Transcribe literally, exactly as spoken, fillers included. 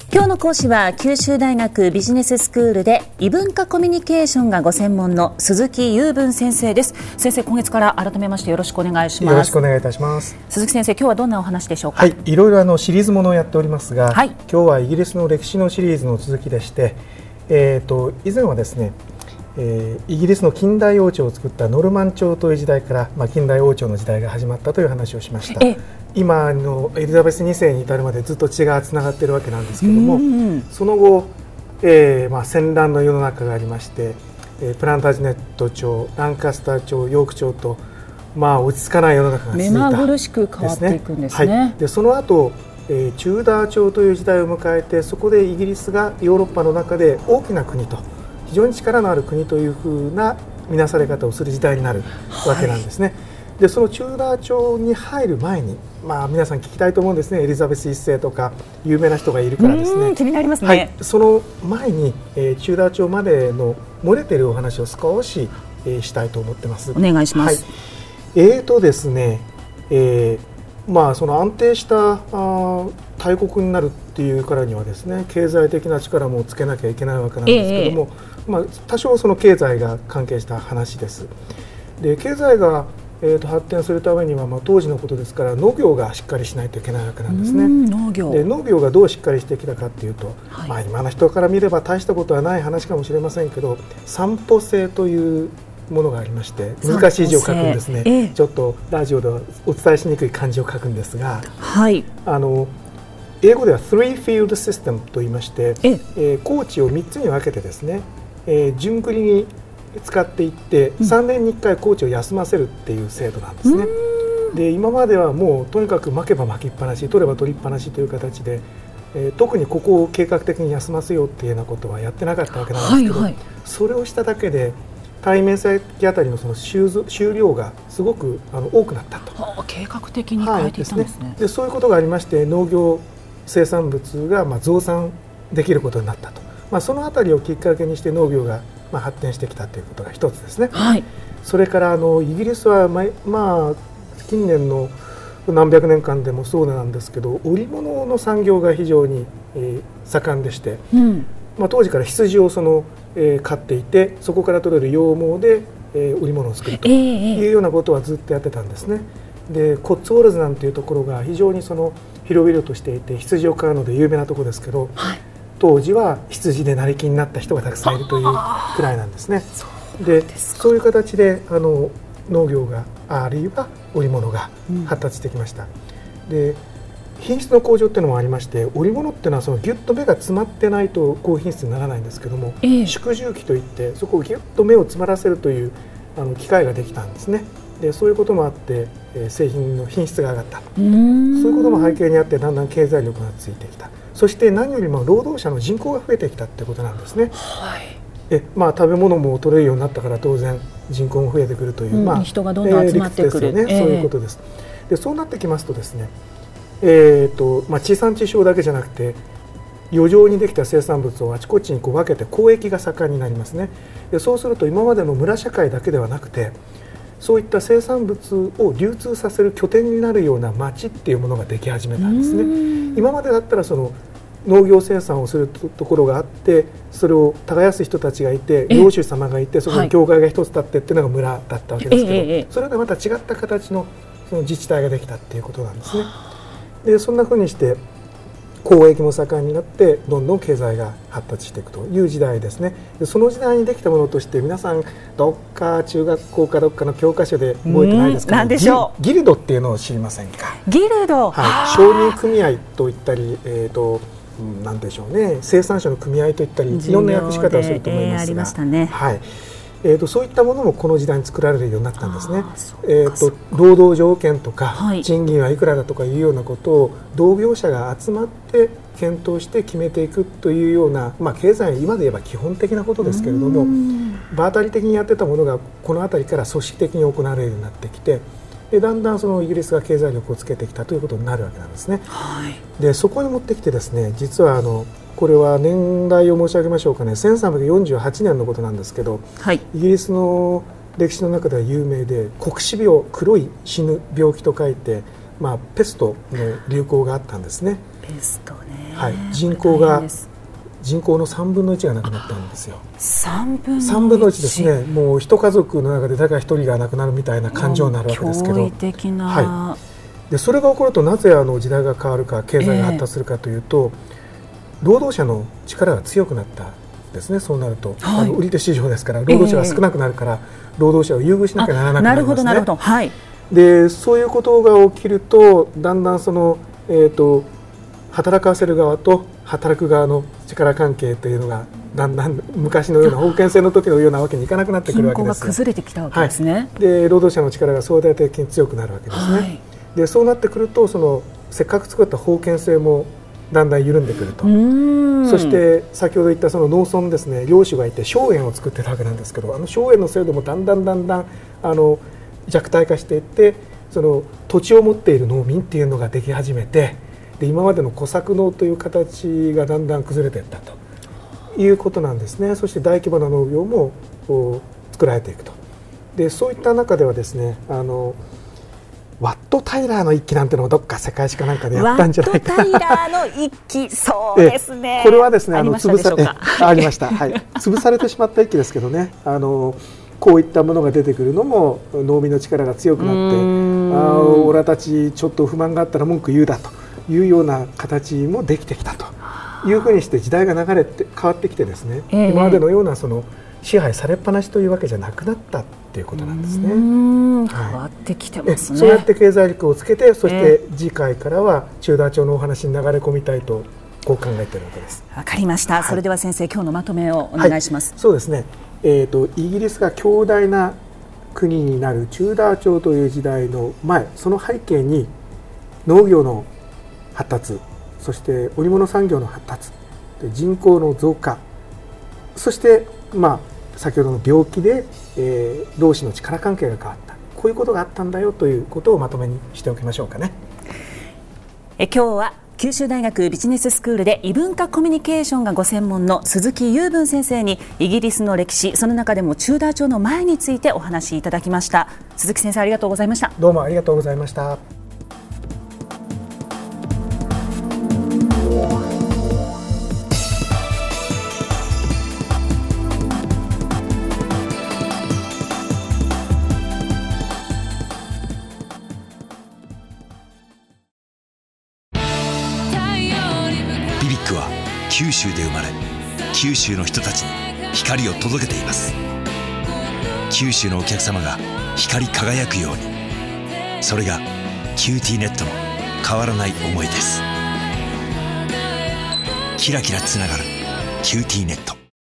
今日の講師は九州大学ビジネススクールで異文化コミュニケーションがご専門の鈴木雄文先生です。先生、今月から改めましてよろしくお願いします。 よろしくお願いいたします。 鈴木先生、今日はどんなお話でしょうか。 はい、いろいろあのシリーズものをやっておりますが、はい、今日はイギリスの歴史のシリーズの続きでして、えー、と以前はですね、えー、イギリスの近代王朝を作ったノルマン朝という時代から、まあ、近代王朝の時代が始まったという話をしました。今のエリザベスにせいに至るまでずっと血がつながっているわけなんですけれども、うんうん、その後、えーまあ、戦乱の世の中がありまして、えー、プランタジネット朝、ランカスター朝、ヨーク朝と、まあ、落ち着かない世の中が続いた、 目まぐるしく変わっていくんですね。 はい、でその後、えー、チューダー朝という時代を迎えて、そこでイギリスがヨーロッパの中で大きな国と非常に力のある国というふうな見なされ方をする時代になるわけなんですね。はい、でそのチューダー朝に入る前に、まあ、皆さん聞きたいと思うんですね。エリザベスいっせいとか有名な人がいるからですね。 気になりますね。 はい、その前に、えー、チューダー朝までの漏れているお話を少し、えー、したいと思ってます。 お願いします。 はい、えーとですね、えーまあ、その安定したあ大国になるっていうからにはですね、経済的な力もつけなきゃいけないわけなんですけども、えーまあ、多少その経済が関係した話です。で経済がえー、と発展するためには、まあ、当時のことですから農業がしっかりしないといけないわけなんですね。 農業で農業がどうしっかりしてきたかというと、はい、まあ、今の人から見れば大したことはない話かもしれませんけど、散歩制というものがありまして、難しい字を書くんですね。ええ、ちょっとラジオではお伝えしにくい漢字を書くんですが、はい、あの英語では three field system と言いまして、ええー、耕地をみっつに分けてですね、えー、順繰りに使っていってさんねんにいっかい耕地を休ませるっていう制度なんですね。で今まではもうとにかく巻けば巻きっぱなし、取れば取りっぱなしという形で、えー、特にここを計画的に休ませようっていうようなことはやってなかったわけなんですけど、はいはい、それをしただけで対面積あたりのその 収, 収量がすごくあの多くなったと。 はあ、計画的に変えていったんですね。 はい、ですね。でそういうことがありまして、農業生産物がまあ増産できることになったと。まあ、そのあたりをきっかけにして農業がまあ発展してきたということが一つですね。はい、それからあのイギリスは、ままあ、近年の何百年間でもそうなんですけど、織物の産業が非常に、えー、盛んでして、うん、まあ、当時から羊をその、えー、飼っていて、そこから取れる羊毛で、えー、織物を作るというようなことはずっとやってたんですね。でコッツウォルズなんていうところが非常にその広々としていて、羊を飼うので有名なところですけど、はい、当時は羊で成り金になった人がたくさんいるというくらいなんですね。でそういう形であの農業があるいは織物が発達してきました。うん、で品質の向上っていうのもありまして、織物っていうのはそのギュッと目が詰まってないと高品質にならないんですけども、ええ、縮重機といってそこをギュッと目を詰まらせるというあの機械ができたんですね。でそういうこともあって、えー、製品の品質が上がった。そういうことも背景にあって、だんだん経済力がついてきた。そして何よりも労働者の人口が増えてきたということなんですね。はい、えまあ、食べ物も取れるようになったから当然人口も増えてくるという、うん、まあ、 人がどんどん集まってくる、 えー、理屈ですよね。えー、そういうことです。でそうなってきますとですね、えーとまあ、地産地消だけじゃなくて、余剰にできた生産物をあちこちにこう分けて交易が盛んになりますね。でそうすると今までの村社会だけではなくて、そういった生産物を流通させる拠点になるような町っていうものができ始めたんですね。今までだったらその農業生産をするところがあって、それを耕す人たちがいて、領主様がいて、そこに教会が一つ立ってっていうのが村だったわけですけど、それでまた違った形のその自治体ができたっていうことなんですね。でそんなふうにして交易も盛んになって、どんどん経済が発達していくという時代ですね。でその時代にできたものとして、皆さんどっか中学校かどっかの教科書で覚えてないですか、 何でしょう。 ギルドっていうのを知りませんか。 ギルド、 はい、商人組合といったり、えーとなんでしょうね、生産者の組合といったり、いろんな訳し方をすると思いますが、えーありましたね。はい、えーとそういったものもこの時代に作られるようになったんですね。えーと労働条件とか、はい、賃金はいくらだとかいうようなことを同業者が集まって検討して決めていくというような、まあ、経済今で言えば基本的なことですけれども、場当たり的にやってたものがこの辺りから組織的に行われるようになってきて、でだんだんそのイギリスが経済力をつけてきたということになるわけなんですね。はい、でそこに持ってきてですね、実はあのこれは年代を申し上げましょうかね、せんさんびゃくよんじゅうはちねんのことなんですけど、はい、イギリスの歴史の中では有名で、黒死病、黒い死ぬ病気と書いて、まあ、ペストの流行があったんですね。 ペストね、 はい、人口が人口のさんぶんのいちが亡くなったんですよ。 さんぶんのいち、 さんぶんのいちですね。もう一家族の中で誰か一人が亡くなるみたいな感情になるわけですけど、驚異的な、 はい、でそれが起こるとなぜあの時代が変わるか経済が発達するかというと、えー、労働者の力が強くなったですね。そうなると、はい、あの売り手市場ですから労働者が少なくなるから、えー、労働者を優遇しなきゃならなくなりますね。なるほどなるほど、はい、でそういうことが起きるとだんだんその、えーと、働かせる側と働く側の力関係というのがだんだん昔のような封建制の時のようなわけにいかなくなってくるわけです。 均衡が崩れてきたわけですね、はい、 で労働者の力が相対的に強くなるわけですね、はい、でそうなってくるとそのせっかく作った封建制もだんだん緩んでくると。そして先ほど言ったその農村ですね、領主がいて荘園を作ってたわけなんですけど、あの荘園の制度もだんだんだんだんあの弱体化していって、その土地を持っている農民っていうのができ始めて、で今までの小作農という形がだんだん崩れていったということなんですね。そして大規模な農業も作られていくと。でそういった中ではですね、あのワット・タイラーの一揆なんてのをどっか世界史かなんかでやったんじゃないかな。 ワット・タイラーの一揆、そうですね。 これはですね、あの潰されありました。はい、潰されてしまった一揆ですけどね。あのこういったものが出てくるのも農民の力が強くなって、あオラたちちょっと不満があったら文句言うだというような形もできてきたというふうにして時代が流れて変わってきてですね、えー、今までのようなその支配されっぱなしというわけじゃなくなったっていうことなんですね。 はい、変わってきてますね。 そうやって経済力をつけて、そして次回からはチューダー朝のお話に流れ込みたいとこう考えているわけです。 わかりました、はい、それでは先生今日のまとめをお願いします。 はい、そうですね、えーと、イギリスが強大な国になるチューダー朝という時代の前、その背景に農業の発達、そして織物産業の発達、人口の増加、そしてまあ先ほどの病気で、えー、労使の力関係が変わった、こういうことがあったんだよということをまとめにしておきましょうかね。 え今日は九州大学ビジネススクールで異文化コミュニケーションがご専門の鈴木雄文先生にイギリスの歴史、その中でもチューダー朝の前についてお話しいただきました。鈴木先生ありがとうございました。 どうもありがとうございました。 ビビックは九州で生まれ、九州の人たちに光を届けています。九州のお客様が光り輝くように、それがキューティーネットの変わらない思いです。キラキラつながるキューティーネット。